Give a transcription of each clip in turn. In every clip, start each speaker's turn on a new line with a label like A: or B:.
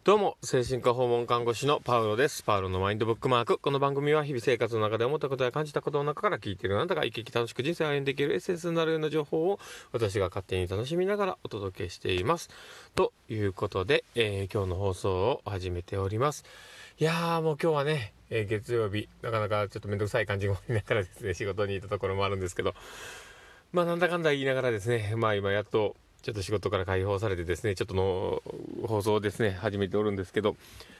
A: どうも、精神科訪問看護師のパウロです。パウロのマインドブックマーク。この番組は日々生活の中で思ったことや感じたことの中から聞いているあなたが生き生き楽しく人生を歩んでいけるエッセンスになるような情報を私が勝手に楽しみながらお届けしています。ということで、今日の放送を始めております。いやーもう今日はね、月曜日、なかなかちょっとめんどくさい感じがありながらですね、仕事にいたところもあるんですけど、なんだかんだ言いながらですね、今やっとちょっと仕事から解放されてですね、ちょっとの放送をですね、始めておるんですけど、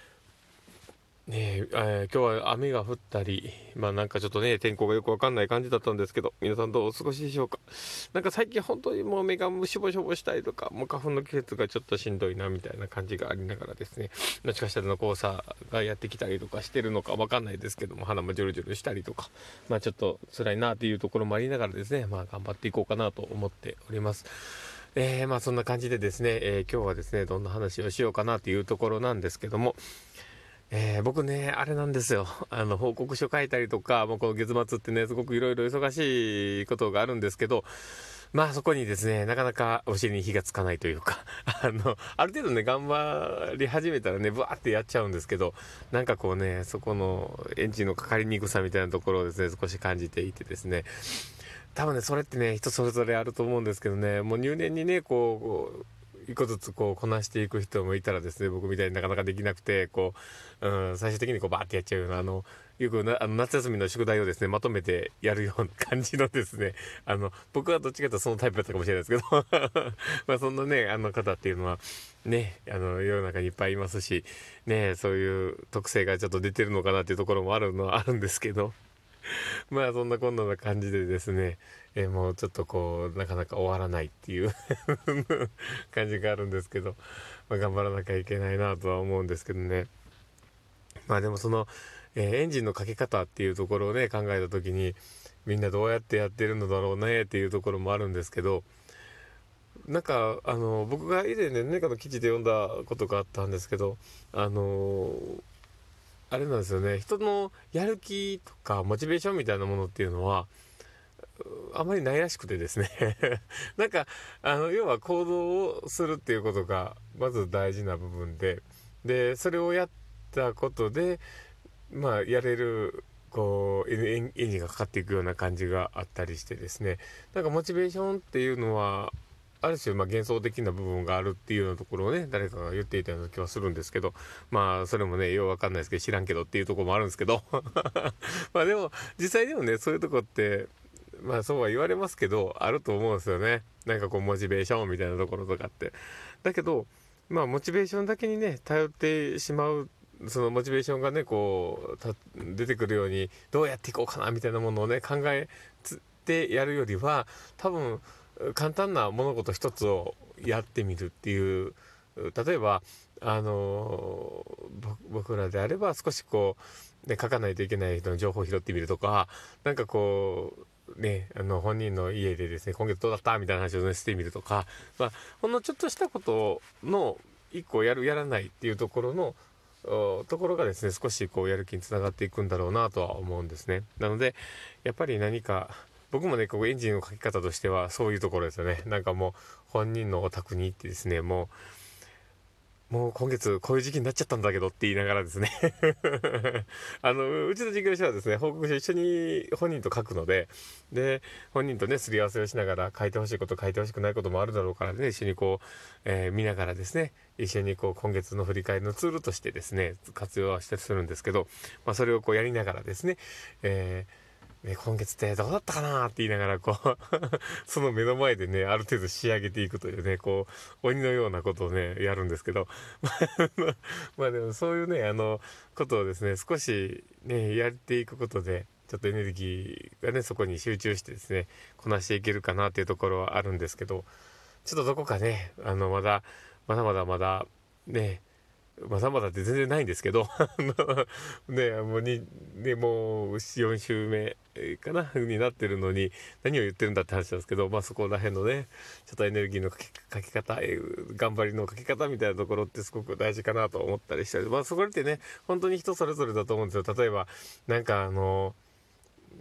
A: 今日は雨が降ったり、なんかちょっとね、天候がよくわかんない感じだったんですけど、皆さんどうお過ごしでしょうか。なんか最近本当にもう目がしぼしぼしたりとか、もう花粉の季節がちょっとしんどいなみたいな感じがありながらですね、もしかしたらの黄砂がやってきたりとかしてるのかわかんないですけども、鼻もジョルジョルしたりとか、ちょっと辛いなっていうところもありながらですね、頑張っていこうかなと思っております。そんな感じでですね、今日はですね、どんな話をしようかなというところなんですけども、僕ね、あれなんですよ。報告書書いたりとか、もうこの月末ってね、すごくいろいろ忙しいことがあるんですけど、そこにですね、なかなかお尻に火がつかないというか、ある程度ね、頑張り始めたらね、ブワーってやっちゃうんですけど、なんかこうね、そこのエンジンのかかりにくさみたいなところをですね、少し感じていてですね、多分ね、それってね、人それぞれあると思うんですけどね、もう入念にね、一個ずつこなしていく人もいたらですね、僕みたいになかなかできなくて、最終的にバーってやっちゃうような、よく夏休みの宿題をですね、まとめてやるような感じのですね、僕はどっちかというとそのタイプだったかもしれないですけど、そんなね、方っていうのは、ね、世の中にいっぱいいますし、ね、そういう特性がちょっと出てるのかなっていうところもあるのはあるんですけど、そんなこんな感じでですね、もうちょっとなかなか終わらないっていう感じがあるんですけど、頑張らなきゃいけないなとは思うんですけどね。でもその、エンジンのかけ方っていうところをね、考えた時に、みんなどうやってやってるのだろうねっていうところもあるんですけど、なんか、僕が以前ね、何かの記事で読んだことがあったんですけど、あれなんですよね、人のやる気とかモチベーションみたいなものっていうのはあまりないらしくてですねなんか要は行動をするっていうことがまず大事な部分でそれをやったことでやれるエンジンがかかっていくような感じがあったりしてですね、なんかモチベーションっていうのはある種幻想的な部分があるっていうようなところをね、誰かが言っていたような気はするんですけど、それもね、ようわかんないですけど、知らんけどっていうところもあるんですけどでも実際でもね、そういうとこってそうは言われますけど、あると思うんですよね。なんかモチベーションみたいなところとかって。だけどモチベーションだけにね頼ってしまう、そのモチベーションがね出てくるようにどうやっていこうかなみたいなものをね考えてやるよりは、多分簡単な物事一つをやってみるっていう、例えば僕らであれば少し書かないといけない人の情報を拾ってみるとか、なんか本人の家でですね、今月どうだったみたいな話をねしてみるとか、ほんのちょっとしたことの一個やらないっていうところのところがですね、少しやる気につながっていくんだろうなとは思うんですね。なのでやっぱり何か僕もねエンジンのかけ方としてはそういうところですよね。なんかもう本人のお宅に行ってですね、もう今月こういう時期になっちゃったんだけどって言いながらですねうちの事業所はですね、報告書一緒に本人と書くので本人とねすり合わせをしながら、書いてほしいこと書いてほしくないこともあるだろうからね、一緒に見ながらですね、一緒に今月の振り返りのツールとしてですね活用はしてするんですけど、それをやりながらですね、今月ってどうだったかなって言いながらその目の前でねある程度仕上げていくというね、鬼のようなことをねやるんですけどでもそういうねことをですね少しねやっていくことで、ちょっとエネルギーがねそこに集中してですねこなしていけるかなっていうところはあるんですけど、ちょっとどこかねまだね、まだまだって全然ないんですけどもう4週目かなになってるのに何を言ってるんだって話なんですけど、そこら辺のねちょっとエネルギーのかけ方、頑張りのかけ方みたいなところってすごく大事かなと思ったりしたり、そこってね本当に人それぞれだと思うんですよ。例えばなんか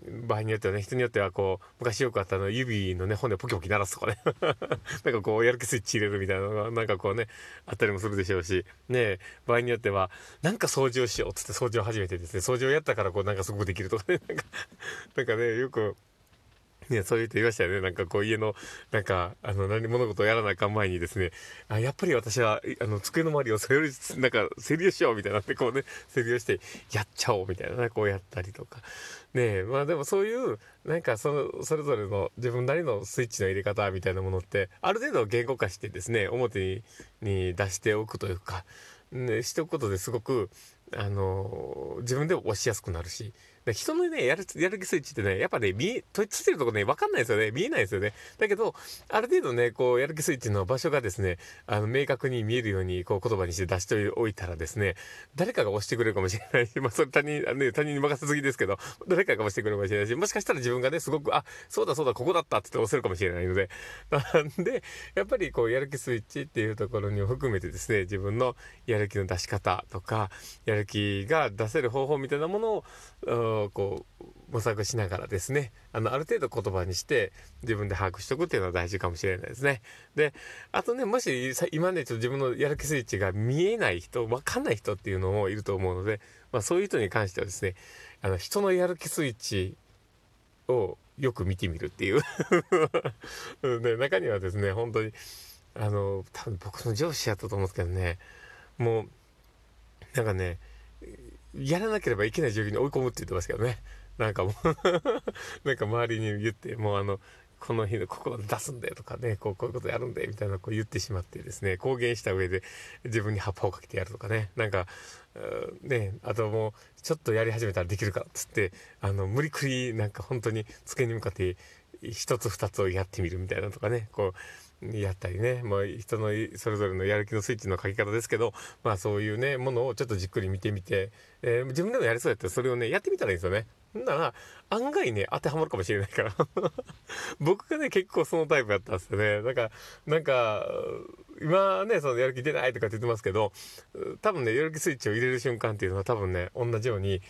A: 場合によってはね、人によってはこう昔よくあった指のね骨をポキポキ鳴らすとかねなんかこうやる気スイッチ入れるみたいなのがなんかこうねあったりもするでしょうしね、場合によってはなんか掃除をしようっつって掃除を始めてですね、掃除をやったからこうなんかすごくできるとかねなんかねよくね、そういう人いましたよね。なんかこう家の、なんか、物事をやらなあかん前にですね、やっぱり私は、机の周りをなんか、整理をしようみたいなって、こうね、整理をして、やっちゃおうみたいなね、こうやったりとか。ねえ、まあでもそういう、なんかそれぞれの自分なりのスイッチの入れ方みたいなものって、ある程度言語化してですね、表に出しておくというか、ね、しておくことですごく、自分でも押しやすくなるし、人のね、やる気スイッチってね、やっぱね、ついてるとこね、わかんないですよね。見えないですよね。だけど、ある程度ね、こう、やる気スイッチの場所がですね、明確に見えるように、こう、言葉にして出しておいたらですね、誰かが押してくれるかもしれないし、まあ、それ他人に任せすぎですけど、誰かが押してくれるかもしれないし、もしかしたら自分がね、すごく、そうだ、ここだったって押せるかもしれないので、なんで、やっぱりこう、やる気スイッチっていうところに含めてですね、自分のやる気の出し方とか、やる気が出せる方法みたいなものを、こう模索しながらですね、ある程度言葉にして自分で把握しておくっていうのは大事かもしれないですね。で、あとね、もし今ねちょっと自分のやる気スイッチが見えない人、分かんない人っていうのもいると思うので、まあ、そういう人に関してはですね、人のやる気スイッチをよく見てみるっていうで、中にはですね、本当に多分僕の上司やったと思うんですけどね、もうなんかね、やらなければいけない状況に追い込むって言ってますけどね。なんかもうなんか周りに言って、もうこの日のここまで出すんだよとかね、こういうことやるんだよみたいなこう言ってしまってですね、公言した上で自分に葉っぱをかけてやるとかね、なんか、ね、あともうちょっとやり始めたらできるかっつって、無理くりなんか本当に机に向かって一つ二つをやってみるみたいなとかね、こう、やったりね、まあ、人のそれぞれのやる気のスイッチの書き方ですけど、まあそういうねものをちょっとじっくり見てみて、自分でもやりそうやったらそれをねやってみたらいいんですよね。なら案外ね当てはまるかもしれないから僕がね結構そのタイプやったんですよね。なんか今ねそのやる気出ないとかって言ってますけど、多分ねやる気スイッチを入れる瞬間っていうのは多分ね同じように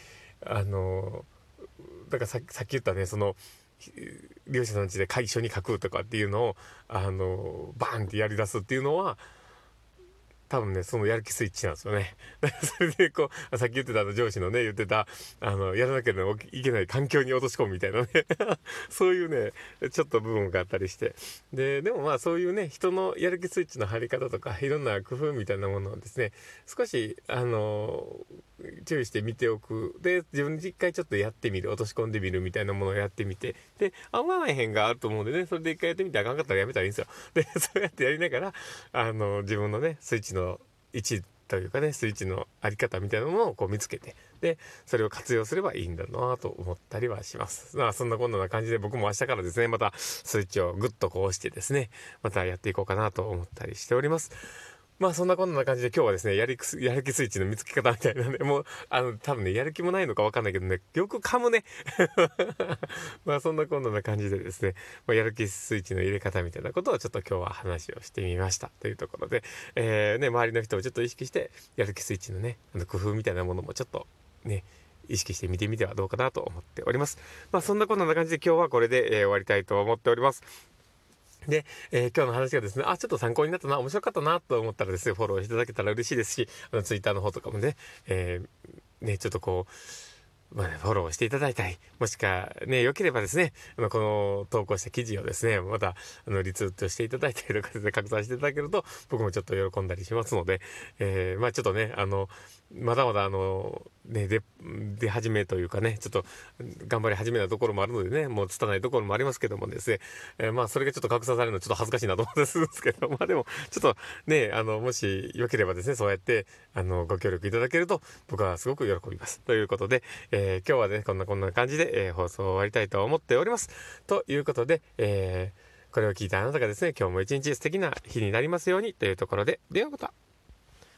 A: だからさっき言ったねその漁師さんの家で一緒に書くとかっていうのをバーンってやり出すっていうのは多分ねそのやる気スイッチなんですよね。それでこうさっき言ってた上司のね言ってたやらなきゃいけない環境に落とし込むみたいなねそういうねちょっと部分があったりして、でもまあそういうね人のやる気スイッチの張り方とかいろんな工夫みたいなものをですね少し注意して見ておく。で自分で一回ちょっとやってみる、落とし込んでみるみたいなものをやってみて、で合わない辺があると思うんでね、それで一回やってみてあかんかったらやめたらいいんですよ。でそうやってやりながら自分のねスイッチの位置というかねスイッチのあり方みたいなものをこう見つけて、でそれを活用すればいいんだなと思ったりはします。まあそんなこんな感じで僕も明日からですねまたスイッチをグッとこう押してですねまたやっていこうかなと思ったりしております。まあそんなこんな感じで今日はですねやる気スイッチの見つけ方みたいなね、もう多分ねやる気もないのかわかんないけどねよく噛むねまあそんなこんな感じでですね、やる気スイッチの入れ方みたいなことをちょっと今日は話をしてみましたというところで、周りの人をちょっと意識してやる気スイッチのね工夫みたいなものもちょっとね意識して見てみてはどうかなと思っております。まあそんなこんな感じで今日はこれで、終わりたいと思っております。で、今日の話がですね、ちょっと参考になったな、面白かったなと思ったらですね、フォローしていただけたら嬉しいですし、ツイッターの方とかもね、ちょっとこう、フォローしていただいたり、もしかね、良ければですね、この投稿した記事をですね、また、リツイートしていただいたりとかですね、拡散していただけると、僕もちょっと喜んだりしますので、ちょっとね、まだまだね、出始めというかね、ちょっと頑張り始めたところもあるのでね、もう拙いところもありますけどもですね、それがちょっと拡散されるのちょっと恥ずかしいなと思ったりするんですけど、でも、ちょっとね、もし良ければですね、そうやって、ご協力いただけると、僕はすごく喜びます。ということで、今日はね、こんな感じで、放送を終わりたいと思っております。ということで、これを聞いたあなたがですね、今日も一日素敵な日になりますようにというところで、ではまた。